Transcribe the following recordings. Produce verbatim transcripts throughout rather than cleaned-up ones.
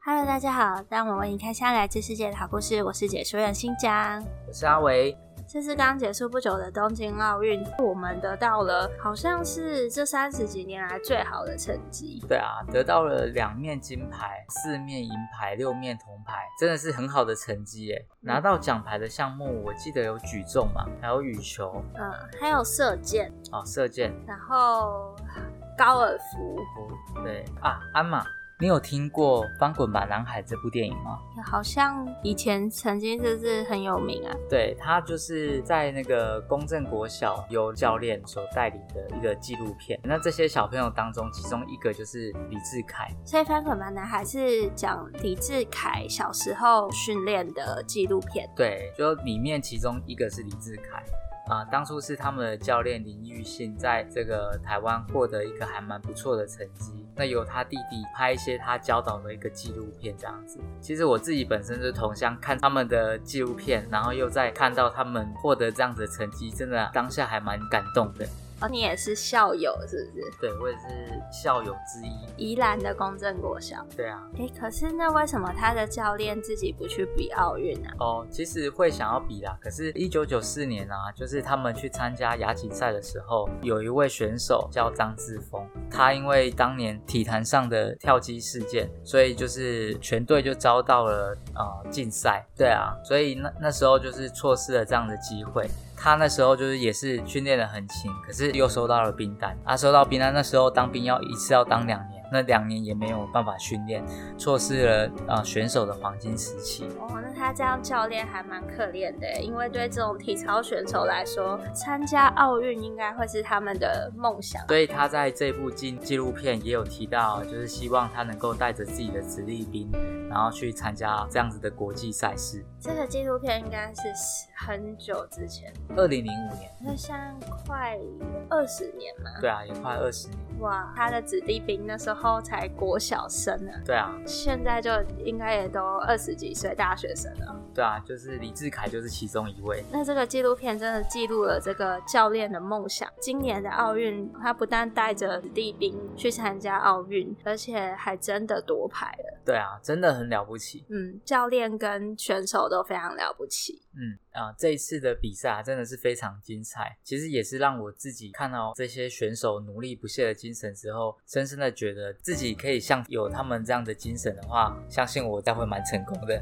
Hello， 大家好，让我为你开箱来自世界的好故事。我是解说员新疆， 我是阿维。 这是刚结束不久的东京奥运，我们得到了好像是这三十几年来最好的成绩。 对啊，得到了两面金牌、四面银牌、六面铜牌，真的是很好的成绩耶。拿到奖牌的项目，我记得有举重嘛，还有羽球， 嗯，还有射箭， 哦，射箭， 然后高尔夫。 对啊，鞍马。你有听过《翻滚吧，男孩》这部电影吗？ 好像以前曾经是不是很有名啊？ 对，他就是在那个公正国小由教练所带领的一个纪录片。那这些小朋友当中，其中一个就是李智凯。 所以《翻滚吧，男孩》是讲李智凯小时候训练的纪录片。 对，就里面其中一个是李智凯。啊、呃，当初是他们的教练林育信在这个台湾获得一个还蛮不错的成绩，那由他弟弟拍一些他教导的一个纪录片这样子。其实我自己本身是同乡，看他们的纪录片，然后又再看到他们获得这样子的成绩，真的当下还蛮感动的。 哦，你也是校友是不是？ 对，我也是校友之一。 宜兰的公正国小。 对啊。 诶，可是那为什么他的教练自己不去比奥运啊？ 哦，其实会想要比啦，可是一九九四年啊，就是他们去参加亚锦赛的时候，有一位选手叫张志峰，他因为当年体坛上的跳机事件，所以就是全队就遭到了呃禁赛。对啊，所以那那时候就是错失了这样的机会。他那时候就是也是训练得很勤，可是又收到了兵单。他、啊、收到兵单，那时候当兵要一次要当两年，那两年也没有办法训练，错失了呃选手的黄金时期。 哦，那他这样教练还蛮可怜的，因为对这种体操选手来说，参加奥运应该会是他们的梦想。 所以他在这部纪录片也有提到，就是希望他能够带着自己的子弟兵，然后去参加这样子的国际赛事。 这个纪录片应该是很久之前， 二零零五年， 那像快二十年嘛？ 对啊，也快二十年。 哇，他的子弟兵那时候才国小生啊。 对啊， 现在就应该也都二十几岁大学生了。 对啊，就是李智凯就是其中一位。 那这个纪录片真的记录了这个教练的梦想。今年的奥运，他不但带着子弟兵去参加奥运，而且还真的夺牌了。 对啊，真的很了不起。 嗯，教练跟选手都非常了不起。 嗯啊、呃，这一次的比赛、啊、真的是非常精彩。其实也是让我自己看到这些选手努力不懈的精神之后，深深的觉得自己可以像有他们这样的精神的话，相信我再会蛮成功的。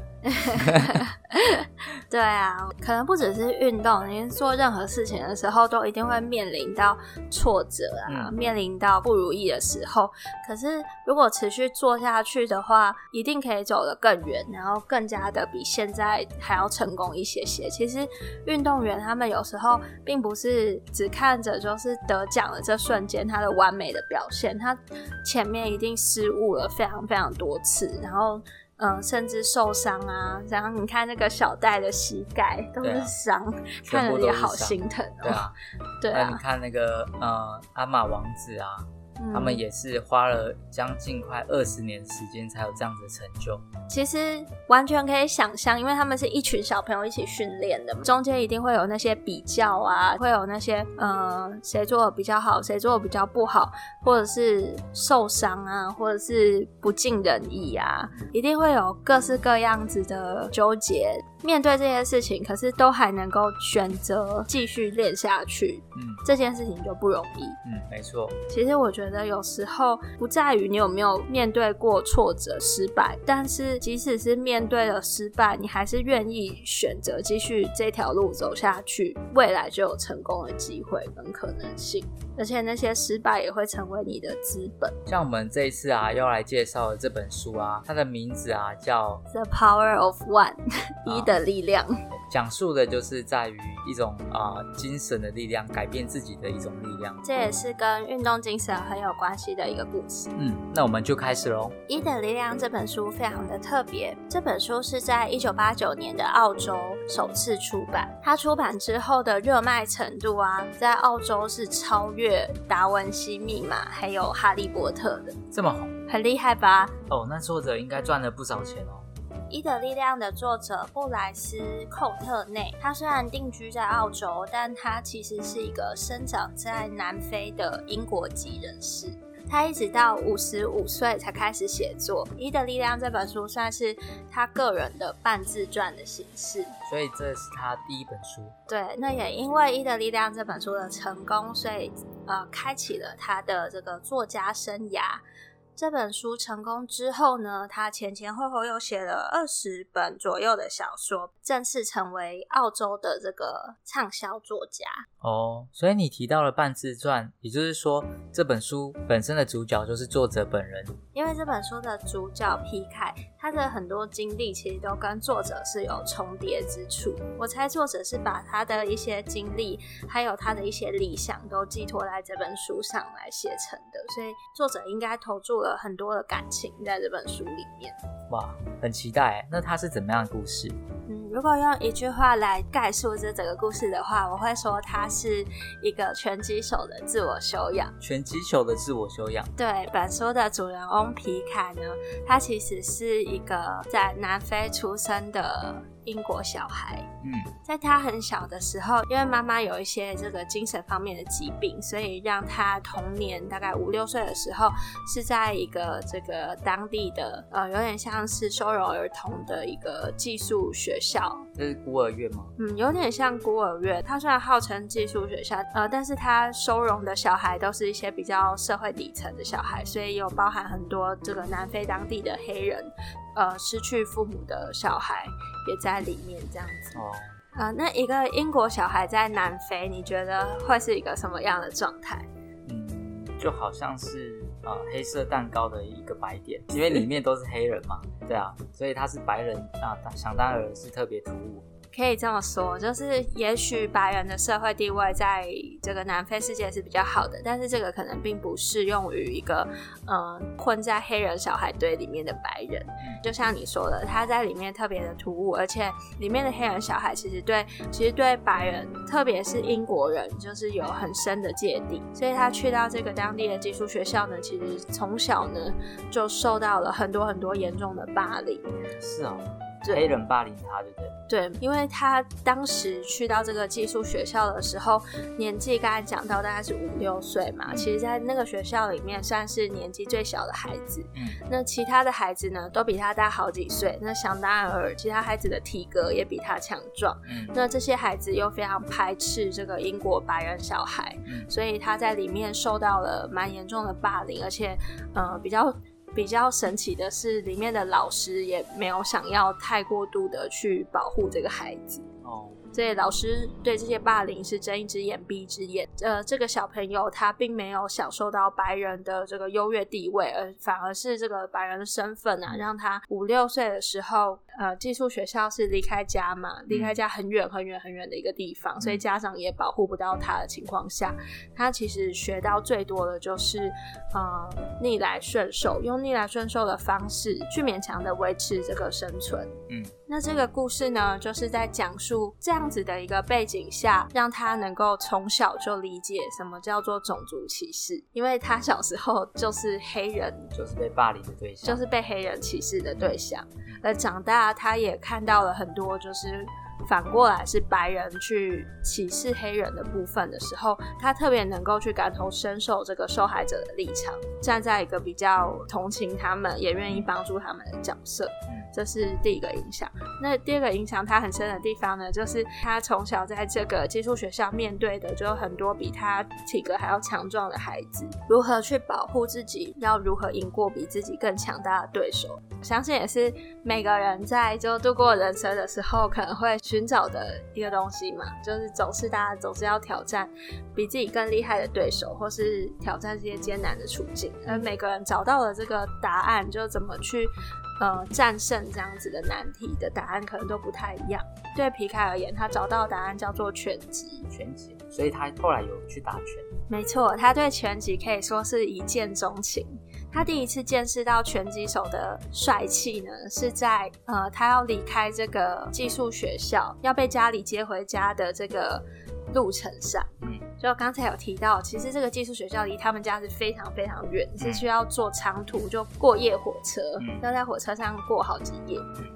对啊，可能不只是运动，你做任何事情的时候都一定会面临到挫折啊、嗯、面临到不如意的时候，可是如果持续做下去的话，一定可以走得更远，然后更加的比现在还要成功一些些。其实运动员他们有时候并不是只看着就是得奖的这瞬间他的完美的表现，他前面一定失误了非常非常多次，然后嗯，甚至受伤啊，然后你看那个小戴的膝盖都是伤、啊，看了也好心疼哦。 对啊， 对啊。 那你看那个呃鞍马王子啊、嗯，他们也是花了将近快二十年时间才有这样子的成就。 其实完全可以想象，因为他们是一群小朋友一起训练的，中间一定会有那些比较啊，会有那些呃谁做的比较好，谁做的比较不好，或者是受伤啊，或者是不尽人意啊，一定会有各式各样子的纠结。面对这些事情，可是都还能够选择继续练下去，嗯，这件事情就不容易。 嗯，没错。 其实我觉得有时候不在于你有没有面对过挫折、失败，但是即使是面对了失败，你还是愿意选择继续这条路走下去，未来就有成功的机会跟可能性。而且那些失败也会成为你的资本。 像我们这一次啊要来介绍的这本书啊，它的名字啊叫 The Power of One 一的力量， 讲述的就是在于一种啊、呃、精神的力量，改变自己的一种力量。 这也是跟运动精神很有关系的一个故事。 嗯，那我们就开始咯。 一的力量这本书非常的特别，这本书是在一九八九年的澳洲首次出版，它出版之后的热卖程度啊，在澳洲是超越达文西密码还有哈利波特的。 这么红， 很厉害吧？ 哦，那作者应该赚了不少钱哦。 一的力量的作者布莱斯·寇特内，他虽然定居在澳洲，但他其实是一个生长在南非的英国籍人士。 他一直到五十五岁才开始写作。《一的力量》这本书算是他个人的半自传的形式， 所以这是他第一本书。 对，那也因为《一的力量》这本书的成功，所以呃，开启了他的这个作家生涯。这本书成功之后呢，他前前后后又写了二十本左右的小说，正式成为澳洲的这个畅销作家。 哦，所以你提到了半自传，也就是说这本书本身的主角就是作者本人。 因为这本书的主角皮凯，他的很多经历其实都跟作者是有重叠之处。我猜作者是把他的一些经历还有他的一些理想都寄托在这本书上来写成的，所以作者应该投注了很多的感情在这本书里面。 哇，很期待。那它是怎么样的故事？ 嗯，如果用一句话来概述这整个故事的话，我会说它是一个拳击手的自我修养。 拳击手的自我修养。 对，本书的主人翁皮凯呢，他其实是一个在南非出生的英国小孩。 嗯， 在他很小的时候，因为妈妈有一些这个精神方面的疾病，所以让他童年大概五六岁的时候是在一个这个当地的呃有点像是收容儿童的一个寄宿学校。 这是孤儿院吗？ 嗯，有点像孤儿院。他虽然号称寄宿学校，呃，但是他收容的小孩都是一些比较社会底层的小孩，所以有包含很多这个南非当地的黑人，呃，失去父母的小孩也在里面这样子。 哦， 呃，那一个英国小孩在南非，你觉得会是一个什么样的状态？ 嗯，就好像是呃黑色蛋糕的一个白点，因为里面都是黑人嘛，对啊，所以他是白人啊，想当然是特别突兀。 可以这么说，就是也许白人的社会地位在这个南非世界是比较好的，但是这个可能并不适用于一个呃混在黑人小孩堆里面的白人。就像你说的，他在里面特别的突兀，而且里面的黑人小孩其实对其实对白人，特别是英国人，就是有很深的芥蒂，所以他去到这个当地的寄宿学校呢，其实从小呢就受到了很多很多严重的霸凌。 是啊，黑人霸凌他，对不对？ 对，因为他当时去到这个寄宿学校的时候，年纪刚才讲到大概是五六岁嘛，其实在那个学校里面算是年纪最小的孩子。嗯，那其他的孩子呢，都比他大好几岁。那想当然尔，其他孩子的体格也比他强壮。嗯，那这些孩子又非常排斥这个英国白人小孩，嗯，所以他在里面受到了蛮严重的霸凌，而且呃比较。比较神奇的是，里面的老师也没有想要太过度的去保护这个孩子。哦，所以老师对这些霸凌是睁一只眼闭一只眼。呃，这个小朋友他并没有享受到白人的这个优越地位，而反而是这个白人的身份啊，让他五六岁的时候，呃，寄宿学校是离开家嘛，离开家很远很远很远的一个地方，嗯，所以家长也保护不到他的情况下，他其实学到最多的就是呃逆来顺受，用逆来顺受的方式去勉强的维持这个生存。嗯，那这个故事呢，就是在讲述这样子的一个背景下，让他能够从小就理解什么叫做种族歧视，因为他小时候就是黑人， 就是被霸凌的对象， 就是被黑人歧视的对象。而长大他也看到了很多就是反过来是白人去歧视黑人的部分的时候，他特别能够去感同身受这个受害者的立场，站在一个比较同情他们也愿意帮助他们的角色。这是第一个影响。那第二个影响他很深的地方呢，就是他从小在这个寄宿学校面对的就有很多比他体格还要强壮的孩子，如何去保护自己，要如何赢过比自己更强大的对手，相信也是每个人在就度过人生的时候可能会寻找的一个东西嘛，就是总是大家总是要挑战比自己更厉害的对手，或是挑战这些艰难的处境，而每个人找到了这个答案，就怎么去呃，战胜这样子的难题的答案可能都不太一样。对皮凯而言，他找到的答案叫做拳击。 拳击，所以他后来有去打拳。 没错，他对拳击可以说是一见钟情。他第一次见识到拳击手的帅气呢，是在呃，他要离开这个寄宿学校，要被家里接回家的这个路程上。嗯，就刚才有提到，其实这个寄宿学校离他们家是非常非常远，是需要坐长途，就过夜火车，嗯，要在火车上过好几夜。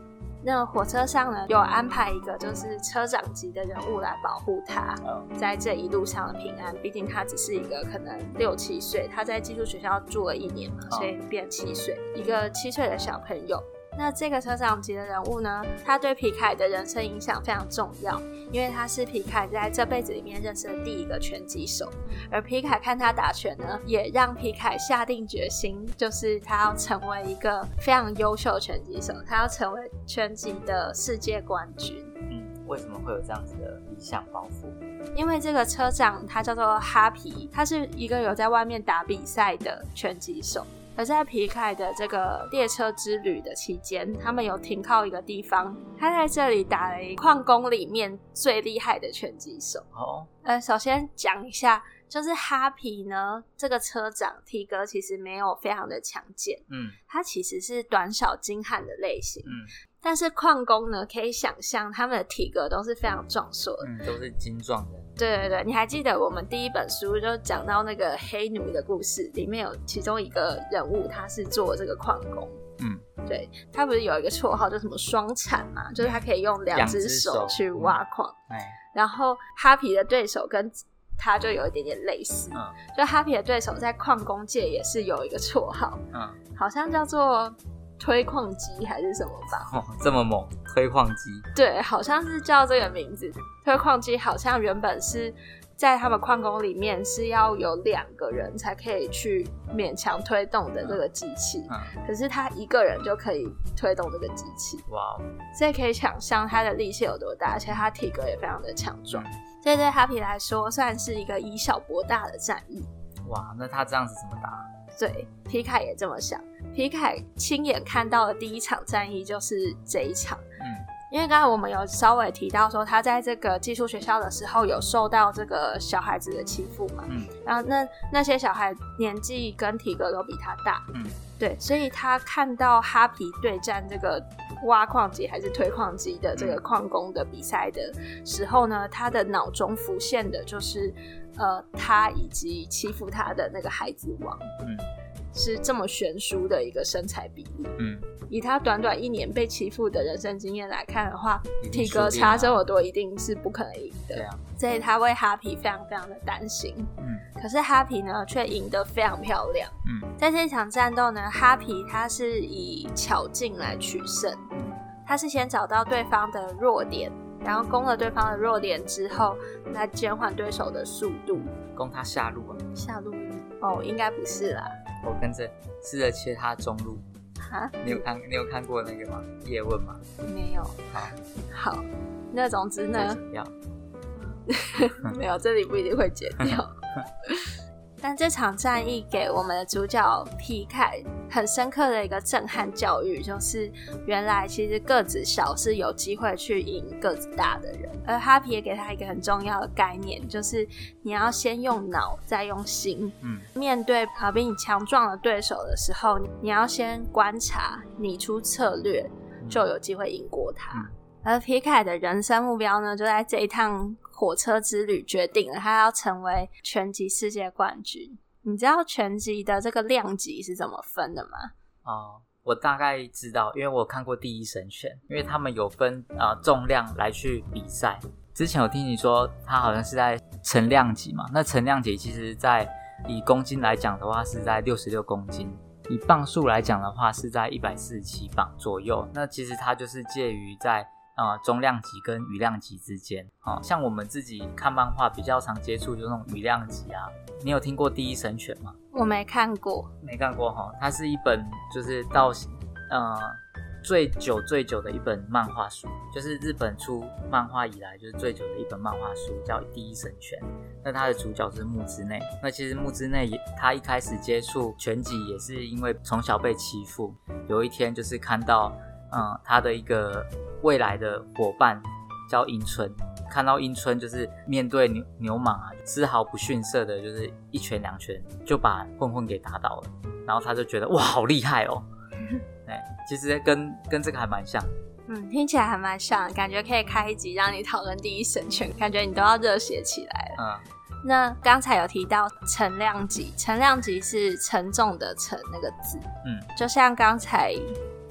那个火车上呢有安排一个就是车长级的人物来保护他，在这一路上的平安。毕竟他只是一个可能六七岁，他在寄宿学校住了一年嘛，所以变七岁，一个七岁的小朋友。那这个车长级的人物呢，他对皮凯的人生影响非常重要，因为他是皮凯在这辈子里面认识的第一个拳击手。而皮凯看他打拳呢，也让皮凯下定决心，就是他要成为一个非常优秀的拳击手，他要成为拳击的世界冠军。 嗯，为什么会有这样子的理想抱负？ 因为这个车长他叫做哈皮，他是一个有在外面打比赛的拳击手。而在皮凯的这个列车之旅的期间，他们有停靠一个地方，他在这里打了一矿工里面最厉害的拳击手。 哦， 呃，首先讲一下，就是哈皮呢，这个车长体格其实没有非常的强健，嗯，他其实是短小精悍的类型，嗯，但是矿工呢，可以想象他们的体格都是非常壮硕的， 嗯，都是精壮的。 对对对，你还记得我们第一本书就讲到那个黑奴的故事，里面有其中一个人物，他是做这个矿工，嗯，对，他不是有一个绰号叫什么双铲嘛，就是他可以用两只手去挖矿，嗯，然后哈皮的对手跟他就有一点点类似，嗯，就哈皮的对手在矿工界也是有一个绰号，嗯，好像叫做推矿机还是什么吧？ 哦，这么猛，推矿机？ 对，好像是叫这个名字。推矿机好像原本是在他们矿工里面是要有两个人才可以去勉强推动的这个机器，嗯嗯，可是他一个人就可以推动这个机器。哇！所以可以想象他的力气有多大，而且他体格也非常的强壮。嗯，所以对哈皮来说，算是一个以小博大的战役。 哇！那他这样子怎么打？ 对，皮凯也这么想。皮凯亲眼看到的第一场战役就是这一场，嗯，因为刚才我们有稍微提到说，他在这个寄宿学校的时候有受到这个小孩子的欺负嘛，嗯，然后那那些小孩年纪跟体格都比他大，嗯，对，所以他看到哈皮对战这个挖矿机还是推矿机的这个矿工的比赛的时候呢，他的脑中浮现的就是呃，他以及欺负他的那个孩子王，嗯，是这么悬殊的一个身材比例，嗯，以他短短一年被欺负的人生经验来看的话，体格差这么多一定是不可能赢的，对啊，所以他为哈皮非常非常的担心，嗯，可是哈皮呢却赢得非常漂亮，嗯，在这一场战斗呢，哈皮他是以巧劲来取胜，他是先找到对方的弱点，然后攻了对方的弱点之后，来减缓对手的速度。 攻他下路啊？下路哦，应该不是啦。 我跟着试着切他中路。哈？你有看你有看过那个吗？叶问吗？ 没有。好，好，那总之呢？ 要。 没有，这里不一定会剪掉。但这场战役给我们的主角皮凯很深刻的一个震撼教育，就是原来其实个子小是有机会去赢个子大的人，而哈皮也给他一个很重要的概念，就是你要先用脑再用心，嗯，面对好比你强壮的对手的时候，你要先观察拟出策略，就有机会赢过他，嗯，而皮凯的人生目标呢，就在这一趟火车之旅决定了他要成为拳击世界冠军。你知道拳击的这个量级是怎么分的吗？ 哦，我大概知道，因为我看过第一神拳，因为他们有分、呃、重量来去比赛。之前有听你说他好像是在乘量级嘛，那乘量级其实在以公斤来讲的话是在六十六公斤，以磅数来讲的话是在一百四十七磅左右，那其实它就是介于在呃，中量级跟羽量级之间，哦，像我们自己看漫画比较常接触就是那种羽量级啊。你有听过《第一神拳》吗？ 我没看过， 没看过哈。它是一本就是到呃最久最久的一本漫画书，就是日本出漫画以来就是最久的一本漫画书，叫《第一神拳》。那它的主角是木之内。那其实木之内他一开始接触拳击也是因为从小被欺负，有一天就是看到嗯他的一个未来的伙伴叫樱春，看到樱春就是面对 牛, 牛蟒啊，丝毫不逊色的，就是一拳两拳就把混混给打倒了，然后他就觉得哇好厉害哦，对，其实跟跟这个还蛮像的。 嗯，听起来还蛮像的，感觉可以开一集让你讨论第一神拳，感觉你都要热血起来了。嗯。那刚才有提到乘量级，乘量级是沉重的沉那个字，嗯，就像刚才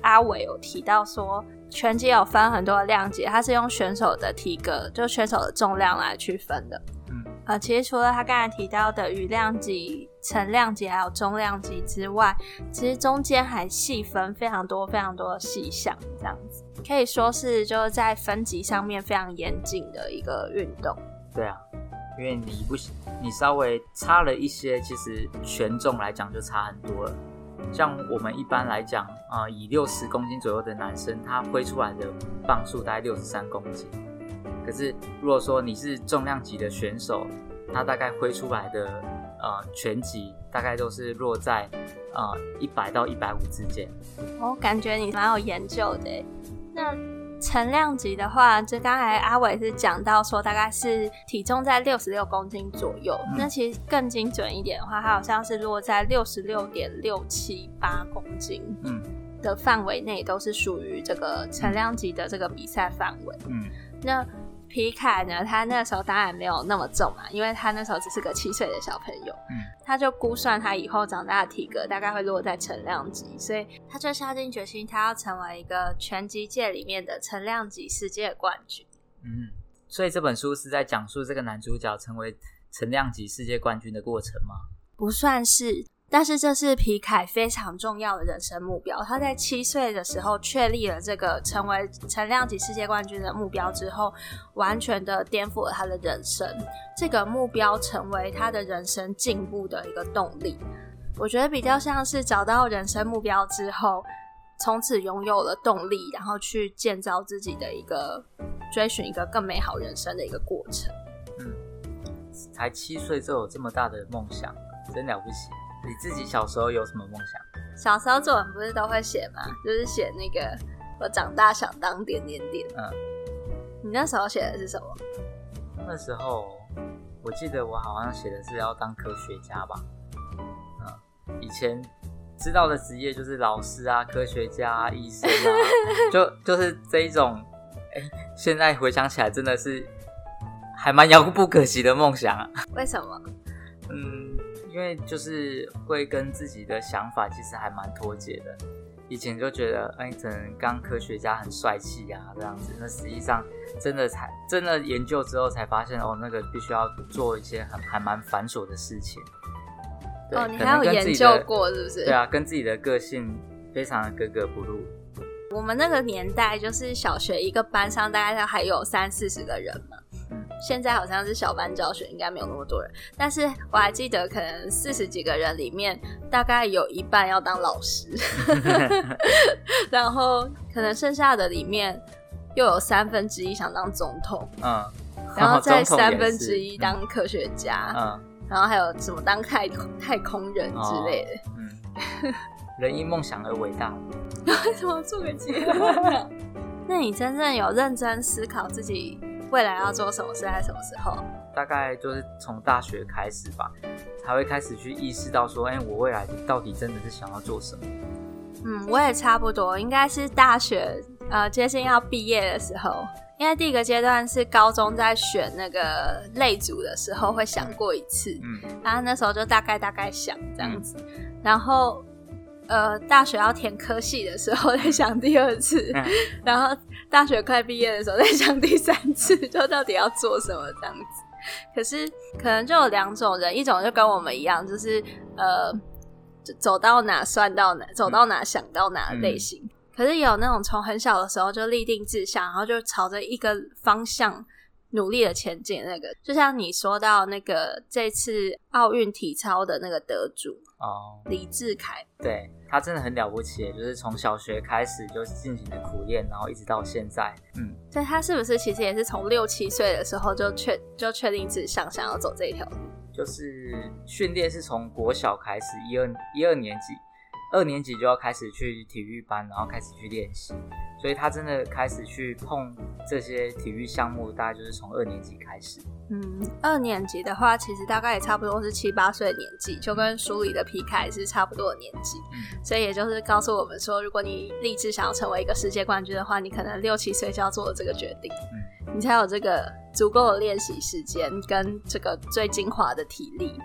阿伟有提到说，拳击有分很多的量级，它是用选手的体格，就选手的重量来区分的。嗯，呃，其实除了他刚才提到的羽量级、层量级还有中量级之外，其实中间还细分非常多非常多的细项，这样子可以说是就是在分级上面非常严谨的一个运动。 对啊，因为你不你稍微差了一些，其实权重来讲就差很多了。像我们一般来讲，呃，以六十公斤左右的男生，他挥出来的磅数大概六十三公斤。可是如果说你是重量级的选手，他大概挥出来的呃拳击大概都是落在呃一百到一百五之间。 我感觉你蛮有研究的耶。那层量级的话，就刚才阿伟是讲到说大概是体重在六十六公斤左右、嗯、那其实更精准一点的话，它好像是落在六十六点六七八公斤的范围内，都是属于这个层量级的这个比赛范围。嗯，那皮凯呢，他那时候当然没有那么重嘛，因为他那时候只是个七岁的小朋友。嗯，他就估算他以后长大的体格大概会落在层量级，所以他就下定决心，他要成为一个拳击界里面的层量级世界冠军。 嗯，所以这本书是在讲述这个男主角成为层量级世界冠军的过程吗？ 不算是，但是这是皮凯非常重要的人生目标。他在七岁的时候确立了这个成为层量级世界冠军的目标之后，完全的颠覆了他的人生。这个目标成为他的人生进步的一个动力。我觉得比较像是找到人生目标之后，从此拥有了动力，然后去建造自己的一个追寻一个更美好人生的一个过程。 嗯，才七岁就有这么大的梦想，真了不起。你自己小时候有什么梦想？ 小时候作文不是都会写吗？就是写那个我长大想当点点点。嗯，你那时候写的是什么？ 那时候我记得我好像写的是要当科学家吧。嗯，以前知道的职业就是老师啊、科学家啊、医生啊，就就是这一种。哎、欸，现在回想起来真的是还蛮遥不可及的梦想啊。 为什么？ 嗯。因为就是会跟自己的想法其实还蛮脱节的。以前就觉得哎，可能当科学家很帅气啊这样子，那实际上真的才真的研究之后才发现哦，那个必须要做一些很还蛮繁琐的事情。 对，哦，你还有研究过是不是？ 对啊，跟自己的个性非常的格格不入。 我们那个年代就是小学一个班上大概还有三四十个人嘛。现在好像是小班教学，应该没有那么多人，但是我还记得可能四十几个人里面大概有一半要当老师然后可能剩下的里面又有三分之一想当总统，嗯，然后再三分之一当科学家，嗯，然后还有什么当太太空人之类的，哦， 嗯，人因梦想而伟大为什么做个结论那你真正有认真思考自己未来要做什么事在什么时候？ 大概就是从大学开始吧，才会开始去意识到说，哎、欸，我未来到底真的是想要做什么？ 嗯，我也差不多，应该是大学呃接近要毕业的时候，因为第一个阶段是高中在选那个类组的时候会想过一次，嗯，然后那时候就大概大概想这样子，嗯、然后呃大学要填科系的时候再想第二次，嗯、然后大学快毕业的时候再想第三次，就到底要做什么这样子。可是可能就有两种人，一种就跟我们一样，就是呃走到哪算到哪，走到哪想到哪的类型。嗯、可是也有那种从很小的时候就立定志向，然后就朝着一个方向努力的前进。那个就像你说到那个这次奥运体操的那个得主哦，李智凯， 对，他真的很了不起，就是从小学开始就进行了苦练，然后一直到现在。嗯， 所以他是不是其实也是从六七岁的时候就确就确定志向，想要走这一条路？ 就是训练是从国小开始，一二一二年级，二年级就要开始去体育班，然后开始去练习。所以他真的开始去碰这些体育项目，大概就是从二年级开始。 嗯，二年级的话，其实大概也差不多是七八岁的年纪，就跟书里的皮凯是差不多的年纪。嗯，所以也就是告诉我们说，如果你立志想要成为一个世界冠军的话，你可能六七岁就要做这个决定，嗯，你才有这个足够的练习时间跟这个最精华的体力，嗯，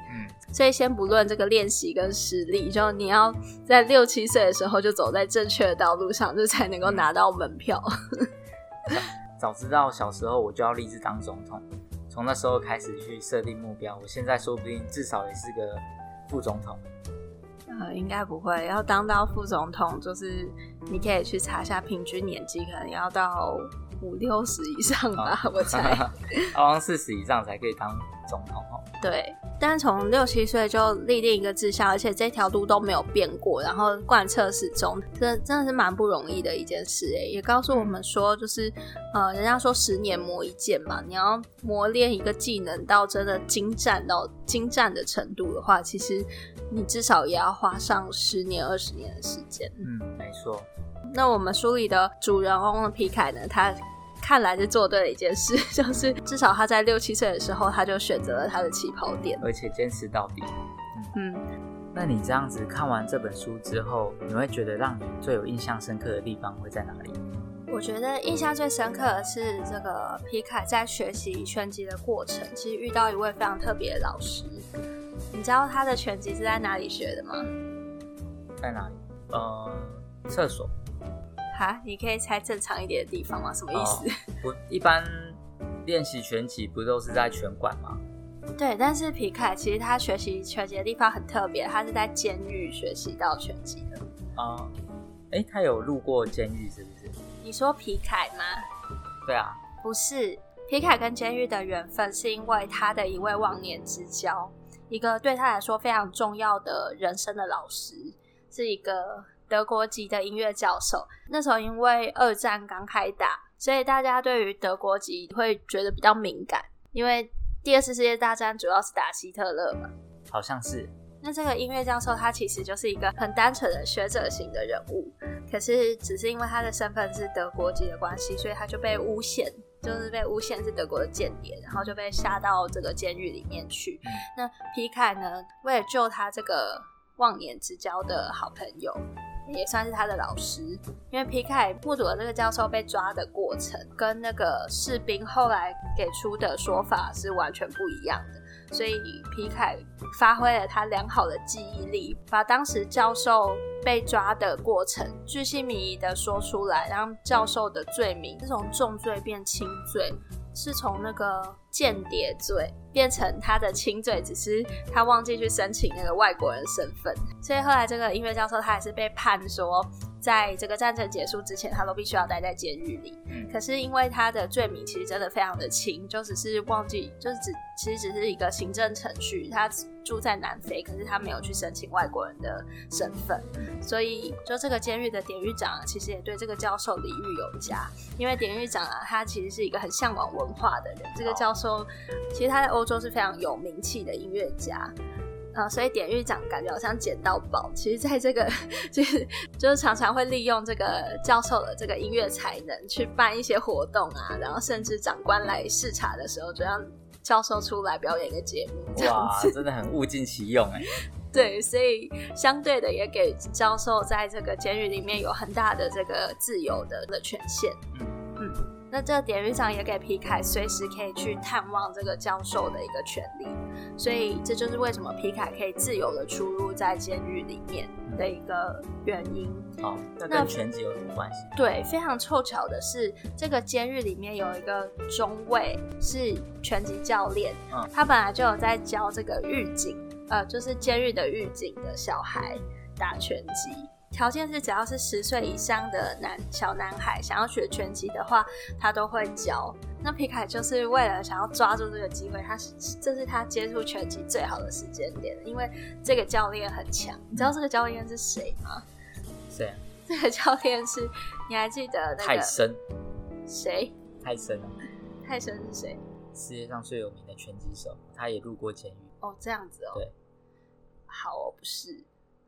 所以先不论这个练习跟实力，就你要在六七岁的时候就走在正确的道路上，就才能够拿到门票。 早知道小时候我就要立志当总统，从那时候开始去设定目标，我现在说不定至少也是个副总统。 呃，应该不会，要当到副总统，就是你可以去查一下，平均年纪可能要到五六十以上吧，哦、我猜。 好像四十以上才可以当总统哦。 对，但从六七岁就立定一个志向，而且这条路都没有变过，然后贯彻始终，这真的是蛮不容易的一件事诶。也告诉我们说，就是呃，人家说十年磨一剑嘛，你要磨练一个技能到真的精湛到精湛的程度的话，其实你至少也要花上十年二十年的时间。 嗯，没错。 那我们书里的主人翁皮凯呢，他看来是做对了一件事，就是至少他在六七岁的时候他就选择了他的起跑点， 而且坚持到底。 嗯, 嗯那你这样子看完这本书之后，你会觉得让你最有印象深刻的地方会在哪里？ 我觉得印象最深刻的是这个皮凯在学习拳击的过程，其实遇到一位非常特别的老师。你知道他的拳击是在哪里学的吗？ 在哪里？呃，厕所。 哈，你可以猜正常一点的地方吗？什么意思？ 哦、不，一般练习拳击不都是在拳馆吗？ 对，但是皮凯其实他学习拳击的地方很特别，他是在监狱学习到拳击的。 啊、呃，他有入过监狱是不是？ 你说皮凯吗？ 对啊。 不是，皮凯跟监狱的缘分是因为他的一位忘年之交，一个对他来说非常重要的人生的老师，是一个德国籍的音乐教授。那时候因为二战刚开打，所以大家对于德国籍会觉得比较敏感，因为第二次世界大战主要是打希特勒嘛。 好像是。 那这个音乐教授他其实就是一个很单纯的学者型的人物，可是只是因为他的身份是德国籍的关系，所以他就被诬陷，就是被诬陷是德国的间谍，然后就被下到这个监狱里面去。那皮凯呢，为了救他这个忘年之交的好朋友，也算是他的老师，因为皮凯目睹了这个教授被抓的过程，跟那个士兵后来给出的说法是完全不一样的，所以皮凯发挥了他良好的记忆力，把当时教授被抓的过程鉅细靡遗的说出来，让教授的罪名从重罪变轻罪，是从那个间谍罪变成他的轻罪，只是他忘记去申请那个外国人身份。所以后来这个音乐教授他还是被判说，在这个战争结束之前他都必须要待在监狱里。可是因为他的罪名其实真的非常的轻，就只是忘记，就是只其实只是一个行政程序，他住在南非，可是他没有去申请外国人的身份，所以就这个监狱的典狱长、啊、其实也对这个教授礼遇有加。因为典狱长啊，他其实是一个很向往文化的人，这个教授其实他在欧洲是非常有名气的音乐家。呃，所以典狱长感觉好像捡到宝，其实在这个就是就是常常会利用这个教授的这个音乐才能去办一些活动啊，然后甚至长官来视察的时候就让教授出来表演一个节目。 哇，真的很物尽其用哎。 对，所以相对的也给教授在这个监狱里面有很大的这个自由的的权限。嗯嗯，那这个典狱长也给皮凯随时可以去探望这个教授的一个权利，所以这就是为什么皮凯可以自由的出入在监狱里面的一个原因。 哦，那跟拳击有什么关系？ 对，非常凑巧的是，这个监狱里面有一个中尉是拳击教练，嗯、他本来就有在教这个狱警，呃，就是监狱的狱警的小孩打拳击。条件是只要是十岁以上的男小男孩想要学拳击的话，他都会教。那皮凯就是为了想要抓住这个机会，他这是他接触拳击最好的时间点，因为这个教练很强。你知道这个教练是谁吗？ 谁、啊？ 这个教练是，你还记得那个泰森？ 谁？ 泰森啊？ 泰森是谁？ 世界上最有名的拳击手，他也入过监狱。 哦，这样子哦。 对。 好哦，不是。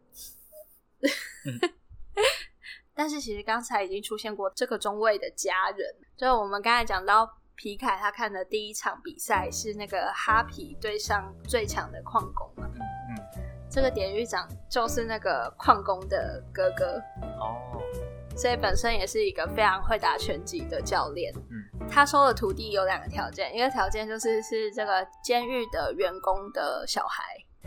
但是其实刚才已经出现过这个中尉的家人，就是我们刚才讲到皮凯他看的第一场比赛是那个哈皮对上最强的矿工嘛，嗯嗯，这个典狱长就是那个矿工的哥哥哦，所以本身也是一个非常会打拳击的教练。嗯，他收的徒弟有两个条件，一个条件就是是这个监狱的员工的小孩，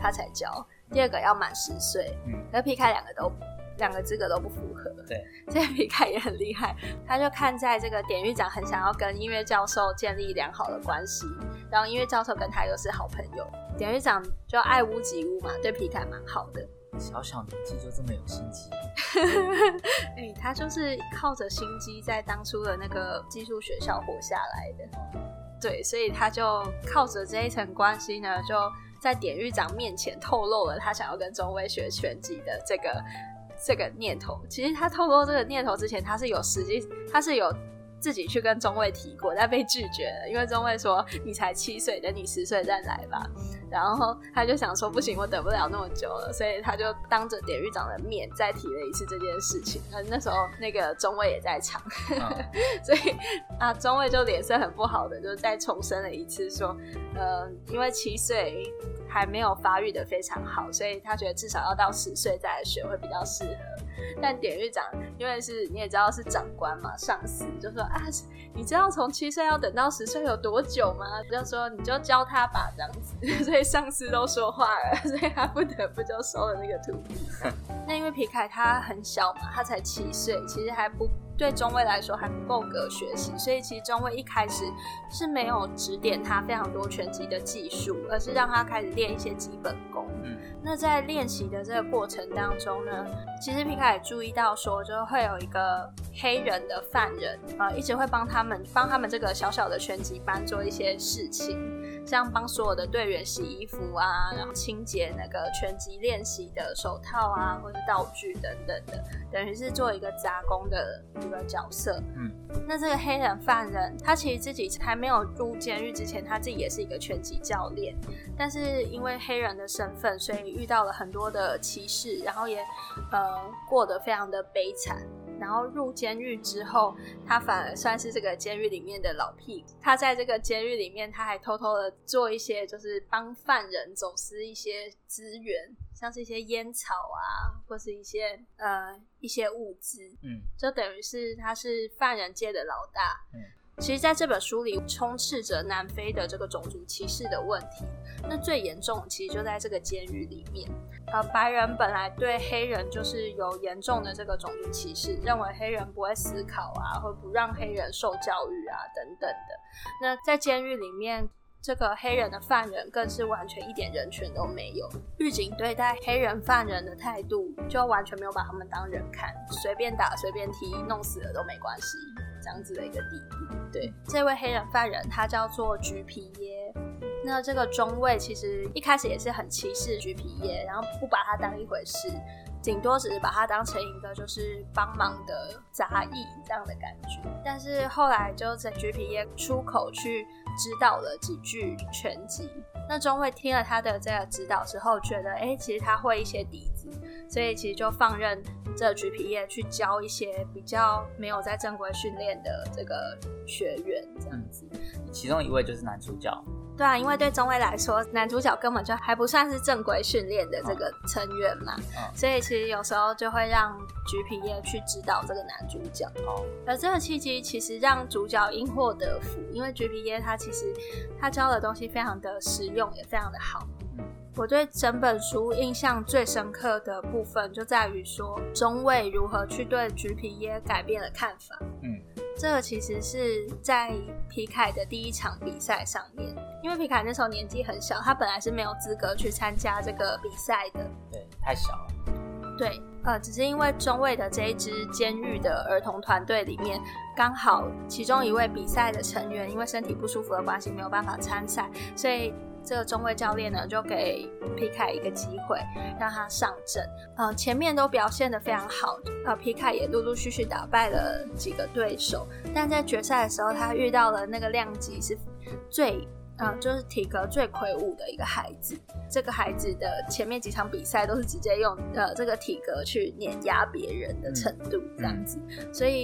他才交，第二个要满十岁，嗯，可是皮凯两个都两个资格都不符合， 对， 所以皮凯也很厉害，他就看在这个典狱长很想要跟音乐教授建立良好的关系，然后音乐教授跟他又是好朋友，典狱长就爱屋及乌嘛，对皮凯蛮好的。 小小年纪就这么有心机， 欸，他就是靠着心机在当初的那个寄宿学校活下来的，对，所以他就靠着这一层关系呢，就在典狱长面前透露了他想要跟中尉学拳击的这个这个念头。其实他透露这个念头之前，他是有实际，他是有自己去跟中尉提过，但被拒绝了，因为中尉说你才七岁，等你十岁再来吧。然后他就想说不行，我等不了那么久了，所以他就当着典狱长的面再提了一次这件事情。那时候那个中尉也在场，嗯、所以啊，中尉就脸色很不好的，就再重申了一次说，呃，因为七岁还没有发育的非常好，所以他觉得至少要到十岁再来学会比较适合。但典狱长因为是你也知道是长官嘛，上司就说啊，你知道从七岁要等到十岁有多久吗？就说你就教他吧这样子，所以上司都说话了，所以他不得不就收了那个徒弟。那因为皮凯他很小嘛，他才七岁，其实还不对中尉来说还不够格学习，所以其实中尉一开始是没有指点他非常多拳击的技术，而是让他开始练一些基本功。嗯，那在练习的这个过程当中呢，其实皮凯也注意到说，就会有一个黑人的犯人，呃，一直会帮他们帮他们这个小小的拳击班做一些事情，像帮所有的队员洗衣服啊，然后清洁那个拳击练习的手套啊，或是道具等等的，等于是做一个杂工的一个角色。嗯，那这个黑人犯人，他其实自己还没有入监狱之前，他自己也是一个拳击教练，但是因为黑人的身份，所以遇到了很多的歧视，然后也呃过得非常的悲惨。然后入监狱之后，他反而算是这个监狱里面的老屁股。他在这个监狱里面，他还偷偷的做一些，就是帮犯人走私一些资源，像是一些烟草啊，或是一些呃一些物资。嗯，就等于是他是犯人界的老大。嗯。其实在这本书里充斥着南非的这个种族歧视的问题，那最严重其实就在这个监狱里面。呃，白人本来对黑人就是有严重的这个种族歧视，认为黑人不会思考啊，或不让黑人受教育啊等等的。那在监狱里面，这个黑人的犯人更是完全一点人权都没有，狱警对待黑人犯人的态度就完全没有把他们当人看，随便打随便踢，弄死了都没关系，这样子的一个地步。对，这位黑人犯人他叫做橘皮耶，那这个中尉其实一开始也是很歧视橘皮耶，然后不把他当一回事，顶多只是把他当成一个就是帮忙的杂役这样的感觉。但是后来就在橘皮耶出口去指导了几句拳击，那中尉听了他的这个指导之后，觉得哎、欸，其实他会一些底子，所以其实就放任这橘皮耶去教一些比较没有在正规训练的这个学员这样子。 其中一位就是男主角。 对啊，因为对中尉来说，男主角根本就还不算是正规训练的这个成员嘛，哦、所以其实有时候就会让橘皮耶去指导这个男主角。哦，而这个契机其实让主角因祸得福，因为橘皮耶他其实他教的东西非常的实用，也非常的好。嗯，我对整本书印象最深刻的部分就在于说，中尉如何去对橘皮耶改变了看法。嗯。这个其实是在皮凯的第一场比赛上面，因为皮凯那时候年纪很小，他本来是没有资格去参加这个比赛的。 对，太小了。 对，呃，只是因为中尉的这一支监狱的儿童团队里面，刚好其中一位比赛的成员因为身体不舒服的关系没有办法参赛，所以这个中尉教练呢就给皮凯一个机会让他上阵。呃，前面都表现得非常好，呃，皮凯也陆陆续续打败了几个对手，但在决赛的时候他遇到了那个量级是最呃，就是体格最魁梧的一个孩子。这个孩子的前面几场比赛都是直接用呃这个体格去碾压别人的程度这样子，嗯嗯、所以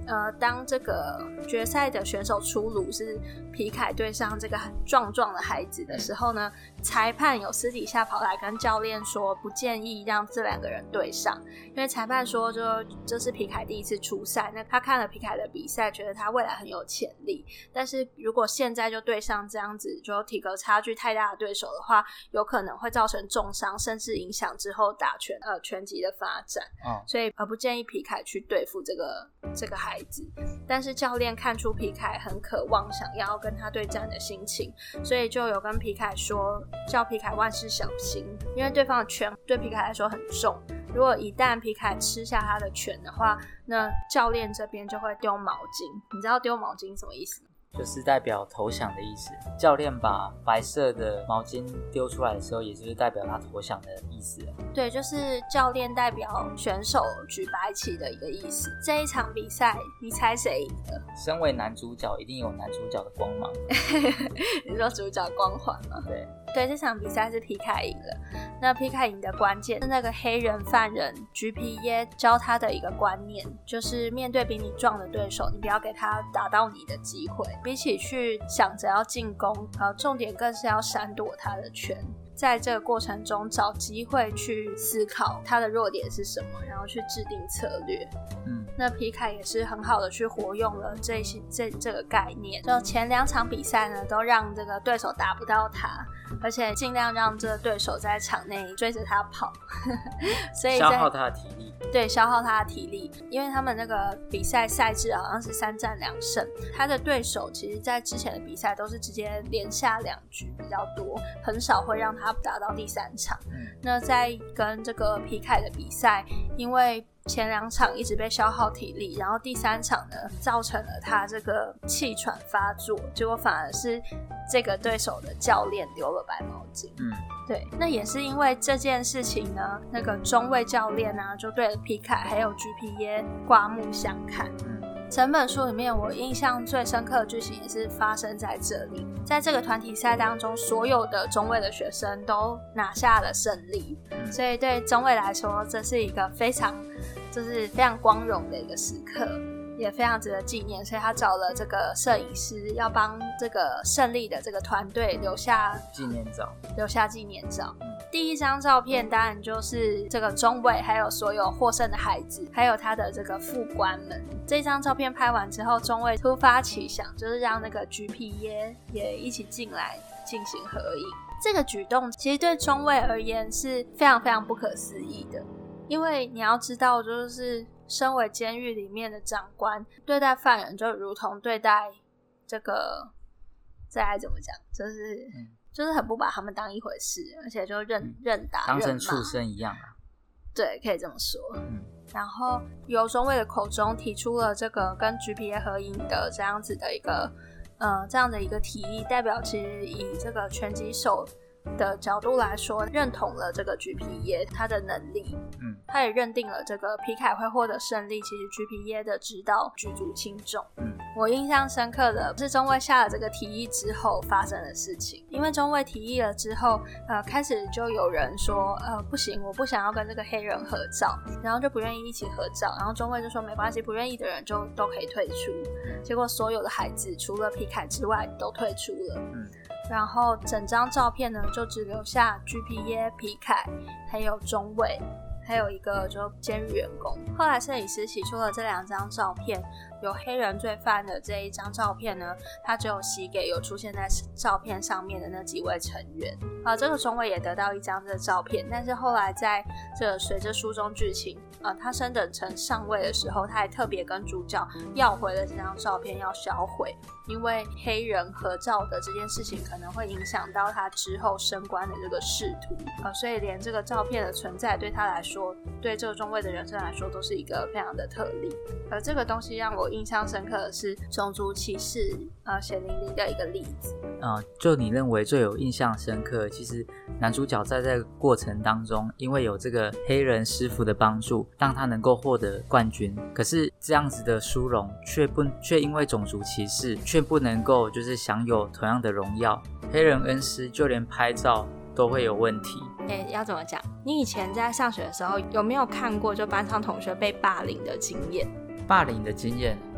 呃，当这个决赛的选手出炉是皮凯对上这个壮壮的孩子的时候呢，裁判有私底下跑来跟教练说不建议让这两个人对上，因为裁判说就这是皮凯第一次出赛，那他看了皮凯的比赛觉得他未来很有潜力，但是如果现在就对上这样子就体格差距太大的对手的话，有可能会造成重伤，甚至影响之后打拳呃拳击的发展、哦、所以呃不建议皮凯去对付这个这个孩子。但是教练看出皮凯很渴望想要跟他对战的心情，所以就有跟皮凯说叫皮凯万事小心，因为对方的拳对皮凯来说很重，如果一旦皮凯吃下他的拳的话，那教练这边就会丢毛巾。你知道丢毛巾什么意思吗？ 就是代表投降的意思。教练把白色的毛巾丢出来的时候，也就是代表他投降的意思。 对，就是教练代表选手举白旗的一个意思。这一场比赛，你猜谁赢了？ 身为男主角，一定有男主角的光芒。 你说主角光环吗？ 对。 对，这场比赛是皮凯赢了。那皮凯赢的关键是那个黑人犯人橘皮耶教他的一个观念，就是面对比你壮的对手，你不要给他打到你的机会，比起去想着要进攻，呃，重点更是要闪躲他的拳。在这个过程中找机会去思考他的弱点是什么，然后去制定策略。嗯，那皮凯也是很好的去活用了这些这这个概念，就前两场比赛呢都让这个对手打不到他，而且尽量让这个对手在场内追着他跑所以消耗他的体力。 对，消耗他的体力，因为他们那个比赛赛制好像是三战两胜，他的对手其实在之前的比赛都是直接连下两局比较多，很少会让他打到第三场。嗯、那在跟这个皮凯的比赛，因为前两场一直被消耗体力，然后第三场呢造成了他这个气喘发作，结果反而是这个对手的教练丢了白毛巾。嗯，对，那也是因为这件事情呢，那个中卫教练啊就对皮凯还有橘皮耶刮目相看。嗯，整本书里面我印象最深刻的剧情也是发生在这里，在这个团体赛当中，所有的中卫的学生都拿下了胜利，所以对中卫来说这是一个非常就是非常光荣的一个时刻，也非常值得纪念，所以他找了这个摄影师要帮这个胜利的这个团队留下纪念照留下纪念照。第一张照片当然就是这个中卫还有所有获胜的孩子还有他的这个副官们。这张照片拍完之后，中卫突发奇想，就是让那个橘皮耶也一起进来进行合影。这个举动其实对中卫而言是非常非常不可思议的，因为你要知道，就是身为监狱里面的长官，对待犯人就如同对待这个，这该怎么讲，就是、嗯、就是很不把他们当一回事，而且就任、嗯、任打当成畜生一样啊。 对，可以这么说。嗯，然后由中卫的口中提出了这个跟橘皮耶合影的这样子的一个呃这样的一个提议，代表其实以这个拳击手的角度来说，认同了这个橘皮耶他的能力。嗯，他也认定了这个皮凯会获得胜利，其实橘皮耶的指导举足轻重。嗯，我印象深刻的是中卫下了这个提议之后发生的事情，因为中卫提议了之后，呃，开始就有人说，呃，不行，我不想要跟这个黑人合照，然后就不愿意一起合照，然后中卫就说没关系，不愿意的人就都可以退出。结果所有的孩子除了皮凯之外都退出了。嗯。然后整张照片呢，就只留下橘皮耶、皮凯，还有中卫，还有一个就监狱员工。后来摄影师洗出了这两张照片，有黑人罪犯的这一张照片呢，他只有洗给有出现在照片上面的那几位成员。啊，这个中卫也得到一张这个照片，但是后来在这随着书中剧情，呃，他升等成上尉的时候，他还特别跟主角要回了这张照片，要销毁，因为黑人合照的这件事情可能会影响到他之后升官的这个仕途，呃，所以连这个照片的存在对他来说，对这个中尉的人生来说，都是一个非常的特例。而这个东西让我印象深刻的是种族歧视，呃，血淋淋的一个例子。 呃，就你认为最有印象深刻，其实男主角在这个过程当中，因为有这个黑人师傅的帮助，让他能够获得冠军。可是这样子的殊荣，却不却因为种族歧视，却不能够就是享有同样的荣耀。黑人恩师就连拍照都会有问题。 欸，要怎么讲？你以前在上学的时候，有没有看过就班上同学被霸凌的经验？ 霸凌的经验，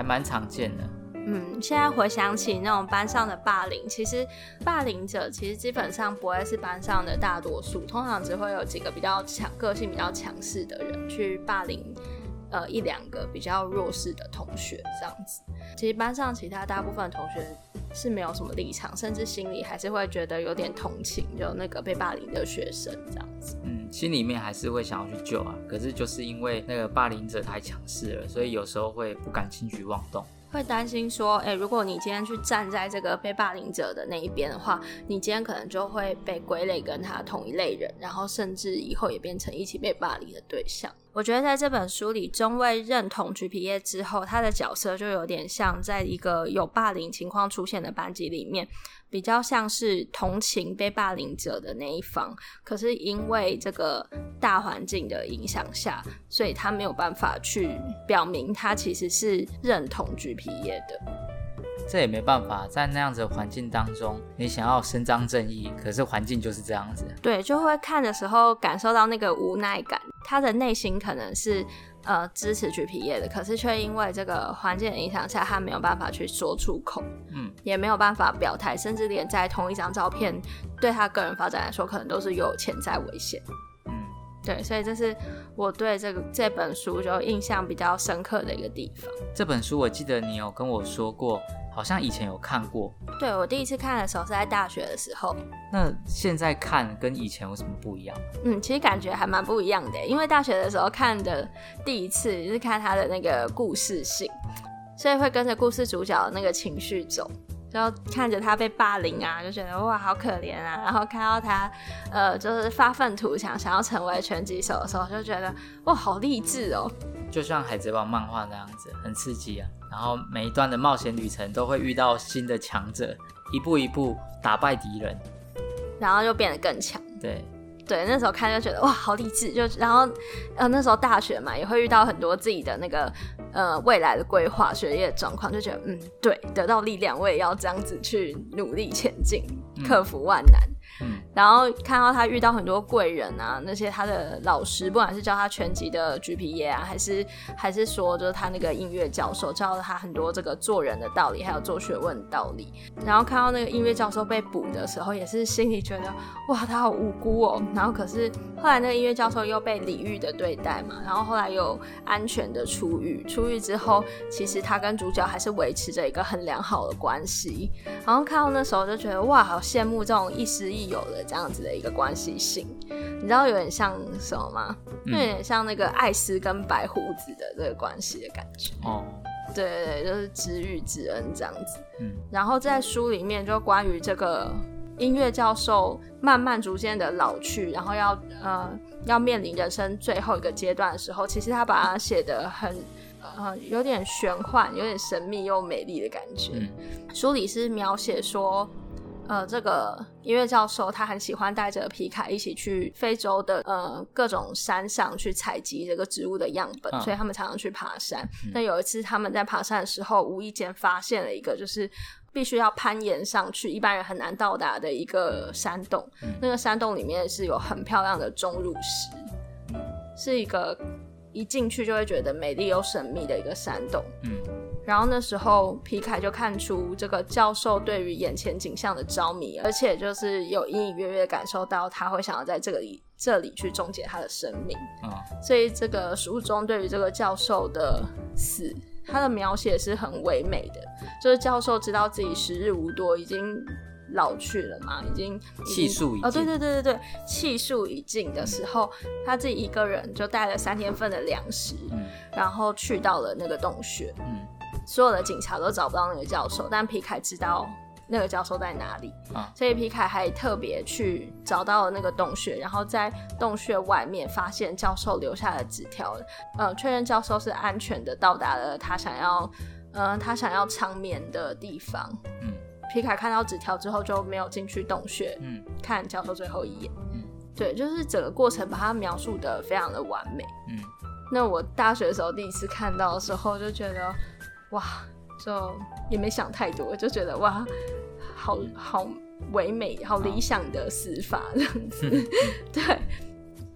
还蛮常见的。 嗯，现在回想起那种班上的霸凌，其实霸凌者其实基本上不会是班上的大多数，通常只会有几个比较强、个性比较强势的人去霸凌呃一两个比较弱势的同学这样子。其实班上其他大部分同学是没有什么立场，甚至心里还是会觉得有点同情，就那个被霸凌的学生这样子。 嗯，心里面还是会想要去救啊，可是就是因为那个霸凌者太强势了，所以有时候会不敢轻举妄动。 会担心说，哎、欸，如果你今天去站在这个被霸凌者的那一边的话，你今天可能就会被归类跟他同一类人，然后甚至以后也变成一起被霸凌的对象。我觉得在这本书里，中尉认同橘皮叶之后，他的角色就有点像在一个有霸凌情况出现的班级里面，比较像是同情被霸凌者的那一方，可是因为这个大环境的影响下，所以他没有办法去表明他其实是认同橘皮叶的。 这也没办法，在那样子的环境当中，你想要伸张正义，可是环境就是这样子。 对，就会看的时候感受到那个无奈感，他的内心可能是呃支持橘皮叶的，可是却因为这个环境的影响下，他没有办法去说出口，嗯，也没有办法表态，甚至连在同一张照片，对他个人发展来说，可能都是有潜在危险。对，所以这是我对这个这本书就印象比较深刻的一个地方。 这本书我记得你有跟我说过，好像以前有看过。 对，我第一次看的时候是在大学的时候。 那现在看跟以前有什么不一样？ 嗯，其实感觉还蛮不一样的，因为大学的时候看的第一次是看他的那个故事性，所以会跟着故事主角的那个情绪走。就看着他被霸凌啊，就觉得哇好可怜啊，然后看到他呃就是发愤图强想要成为拳击手的时候，就觉得哇好励志哦， 就像海贼王漫画那样子，很刺激啊。然后每一段的冒险旅程都会遇到新的强者，一步一步打败敌人， 然后就变得更强。 对对，那时候看就觉得哇好励志，就然后呃那时候大学嘛，也会遇到很多自己的那个呃未来的规划、学业的状况，就觉得嗯对，得到力量，我也要这样子去努力前进，克服万难。嗯，然后看到他遇到很多贵人啊，那些他的老师，不管是教他拳击的橘皮叶啊，还是还是说就是他那个音乐教授教了他很多这个做人的道理，还有做学问的道理。然后看到那个音乐教授被捕的时候，也是心里觉得哇他好无辜哦。然后可是后来那个音乐教授又被礼遇的对待嘛，然后后来又安全的出狱，出狱之后其实他跟主角还是维持着一个很良好的关系。然后看到那时候就觉得哇好羡慕这种亦师亦友的这样子的一个关系性，你知道有点像什么吗？嗯、有点像那个艾斯跟白胡子的这个关系的感觉。哦，对对对，就是知遇之恩这样子。嗯，然后在书里面就关于这个音乐教授慢慢逐渐的老去，然后要呃要面临人生最后一个阶段的时候，其实他把它写得很呃有点玄幻，有点神秘又美丽的感觉。嗯、书里是描写说。呃，这个音乐教授他很喜欢带着皮凯一起去非洲的呃各种山上去采集这个植物的样本，嗯、所以他们常常去爬山。那、嗯、有一次他们在爬山的时候，无意间发现了一个就是必须要攀岩上去，一般人很难到达的一个山洞。嗯、那个山洞里面是有很漂亮的钟乳石，嗯、是一个一进去就会觉得美丽又神秘的一个山洞。嗯。然后那时候皮凯就看出这个教授对于眼前景象的着迷，而且就是有隐隐约约感受到他会想要在这里这里去终结他的生命。嗯、所以这个书中对于这个教授的死，他的描写是很唯美的，就是教授知道自己时日无多，已经老去了嘛，已经气数已尽。 哦，对对对对对，气数已尽的时候，他自己一个人就带了三天份的粮食，嗯、然后去到了那个洞穴。嗯。所有的警察都找不到那个教授，但皮凯知道那个教授在哪里，啊、所以皮凯还特别去找到了那个洞穴，然后在洞穴外面发现教授留下的纸条，呃，确认教授是安全的到达了他想要，呃，他想要长眠的地方。嗯，皮凯看到纸条之后就没有进去洞穴，嗯，看教授最后一眼。嗯，对，就是整个过程把它描述得非常的完美。嗯，那我大学的时候第一次看到的时候就觉得。哇，就也没想太多，就觉得哇，好好唯美、好理想的死法这样子。对，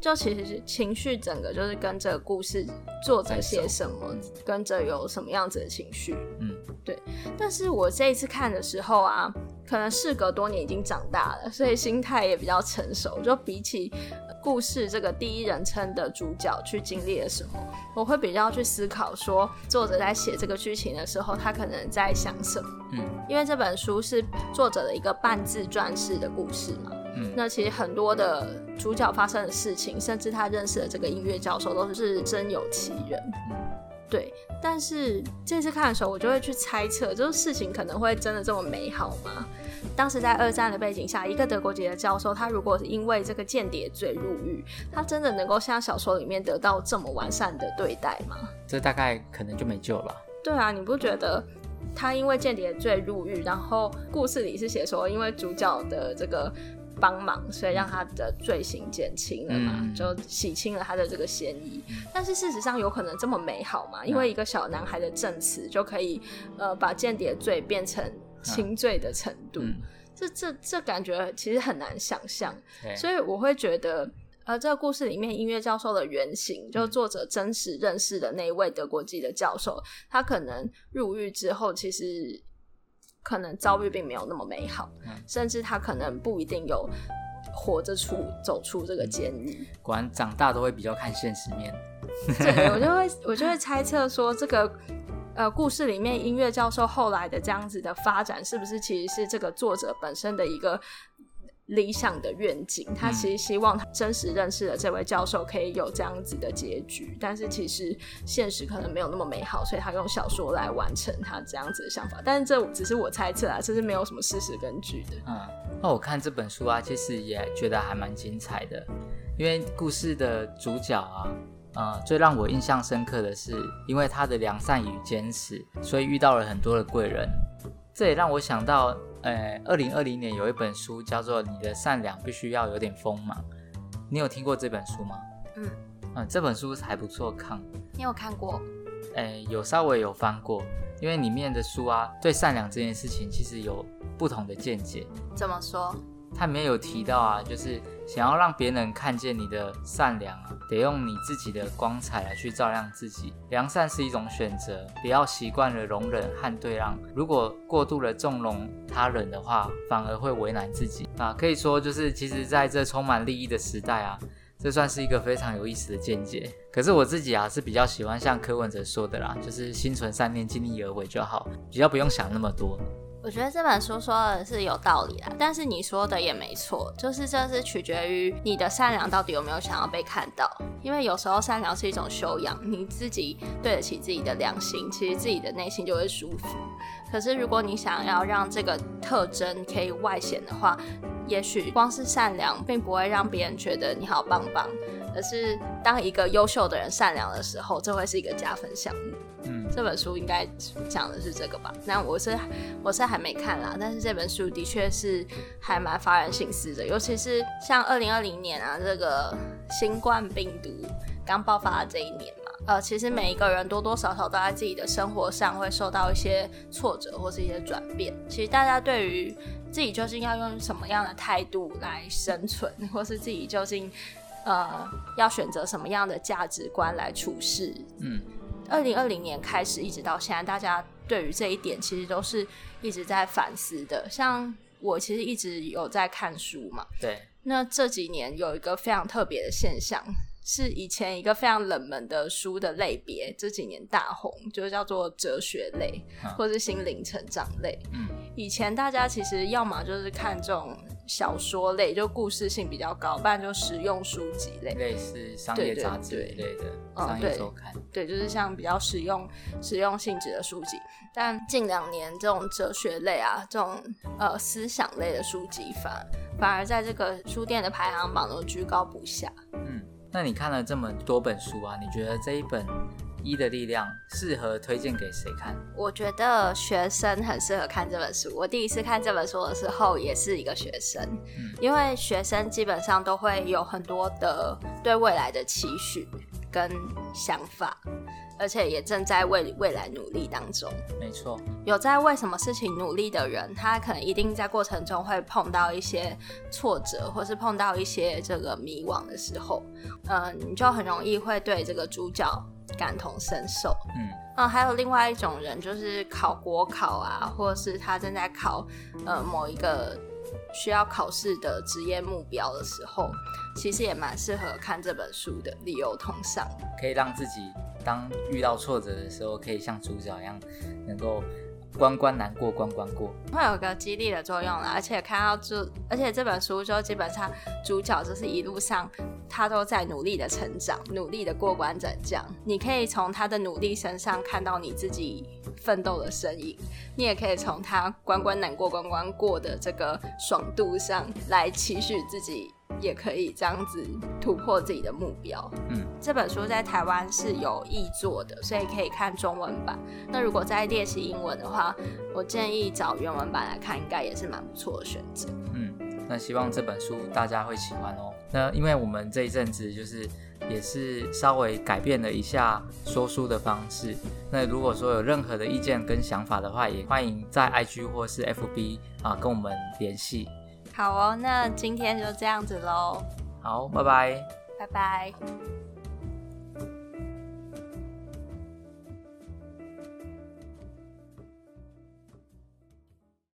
就其实情绪整个就是跟这个故事作者写什么，跟着有什么样子的情绪。嗯，对。但是我这一次看的时候啊，可能事隔多年已经长大了，所以心态也比较成熟。就比起故事这个第一人称的主角去经历了什么，我会比较去思考说，作者在写这个剧情的时候，他可能在想什么。嗯，因为这本书是作者的一个半自传式的故事嘛。嗯，那其实很多的主角发生的事情，甚至他认识的这个音乐教授都是真有其人。对，但是这次看的时候，我就会去猜测，就是事情可能会真的这么美好吗？当时在二战的背景下，一个德国籍的教授，他如果是因为这个间谍罪入狱，他真的能够像小说里面得到这么完善的对待吗？ 这大概可能就没救了吧。 对啊，你不觉得他因为间谍罪入狱，然后故事里是写说因为主角的这个帮忙，所以让他的罪行减轻了嘛、嗯、就洗清了他的这个嫌疑、嗯、但是事实上有可能这么美好吗？因为一个小男孩的证词就可以呃把间谍罪变成轻罪的程度、嗯、这这这感觉其实很难想象，所以我会觉得呃，这个故事里面音乐教授的原型，就作者真实认识的那一位德国籍的教授，他可能入狱之后其实可能遭遇并没有那么美好、嗯、甚至他可能不一定有活着出走出这个监狱。 果然长大都会比较看现实面。 对，我就会我就会猜测说这个呃故事里面音乐教授后来的这样子的发展，是不是其实是这个作者本身的一个理想的愿景，他其实希望他真实认识的这位教授可以有这样子的结局，但是其实现实可能没有那么美好，所以他用小说来完成他这样子的想法，但是这只是我猜测啊，这是没有什么事实根据的。 嗯，那我看这本书啊，其实也觉得还蛮精彩的，因为故事的主角啊呃，最让我印象深刻的是因为他的良善与坚持，所以遇到了很多的贵人。这也让我想到呃，二零二零年有一本书叫做《你的善良必须要有点锋芒》，你有听过这本书吗？嗯，嗯，这本书还不错看。 你有看过？ 呃，有稍微有翻过，因为里面的书啊，对善良这件事情其实有不同的见解。 怎么说？ 它里面有提到啊，就是想要让别人看见你的善良啊，得用你自己的光彩来去照亮自己。良善是一种选择，不要习惯了容忍和对让，如果过度了纵容他人的话，反而会为难自己啊。可以说就是其实在这充满利益的时代啊，这算是一个非常有意思的见解。可是我自己啊是比较喜欢像柯文哲说的啦，就是心存善念，尽力而为就好，比较不用想那么多。 我觉得这本书说的是有道理啦，但是你说的也没错，就是这是取决于你的善良到底有没有想要被看到。因为有时候善良是一种修养，你自己对得起自己的良心，其实自己的内心就会舒服。可是如果你想要让这个特征可以外显的话，也许光是善良并不会让别人觉得你好棒棒，而是当一个优秀的人善良的时候，这会是一个加分项目。嗯，这本书应该讲的是这个吧？那我是我是还没看啦，但是这本书的确是还蛮发人省思的，尤其是像二零二零年啊，这个新冠病毒刚爆发的这一年嘛，呃，其实每一个人多多少少都在自己的生活上会受到一些挫折或是一些转变。其实大家对于自己究竟要用什么样的态度来生存，或是自己究竟呃要选择什么样的价值观来处事，嗯。二零二零年开始一直到现在，大家对于这一点其实都是一直在反思的。像我其实一直有在看书嘛， 对。 那这几年有一个非常特别的现象，是以前一个非常冷门的书的类别，这几年大红，就叫做哲学类、嗯、或是心灵成长类。嗯，以前大家其实要么就是看这种小说类，就故事性比较高，不然就实用书籍类， 类似商业杂志一类的商业周刊、嗯、 对, 对，就是像比较实用实用性质的书籍。但近两年这种哲学类啊，这种呃思想类的书籍反反而在这个书店的排行榜都居高不下。 嗯，那你看了这么多本书啊，你觉得这一本一的力量适合推荐给谁看？ 我觉得学生很适合看这本书。我第一次看这本书的时候也是一个学生、嗯、因为学生基本上都会有很多的对未来的期许跟想法， 而且也正在为未来努力当中。 没错， 有在为什么事情努力的人，他可能一定在过程中会碰到一些挫折，或是碰到一些这个迷惘的时候，呃，你就很容易会对这个主角感同身受。嗯嗯，还有另外一种人，就是考国考啊，或者是他正在考呃某一个需要考试的职业目标的时候，其实也蛮适合看这本书的。理由同上，可以让自己当遇到挫折的时候，可以像主角一样，能够关关难过关关过， 会有个激励的作用啦。而且看到就，而且这本书就基本上主角就是一路上他都在努力的成长，努力的过关斩将。你可以从他的努力身上看到你自己奋斗的身影，你也可以从他关关难过关关过的这个爽度上来期许自己也可以这样子突破自己的目标。嗯，这本书在台湾是有译作的，所以可以看中文版。那如果在练习英文的话，我建议找原文版来看，应该也是蛮不错的选择。 嗯，那希望这本书大家会喜欢哦。那因为我们这一阵子就是也是稍微改变了一下说书的方式，那如果说有任何的意见跟想法的话，也欢迎在 I G 或是 F B 啊跟我们联系。 好哦，那今天就这样子咯。 好，拜拜。 拜拜。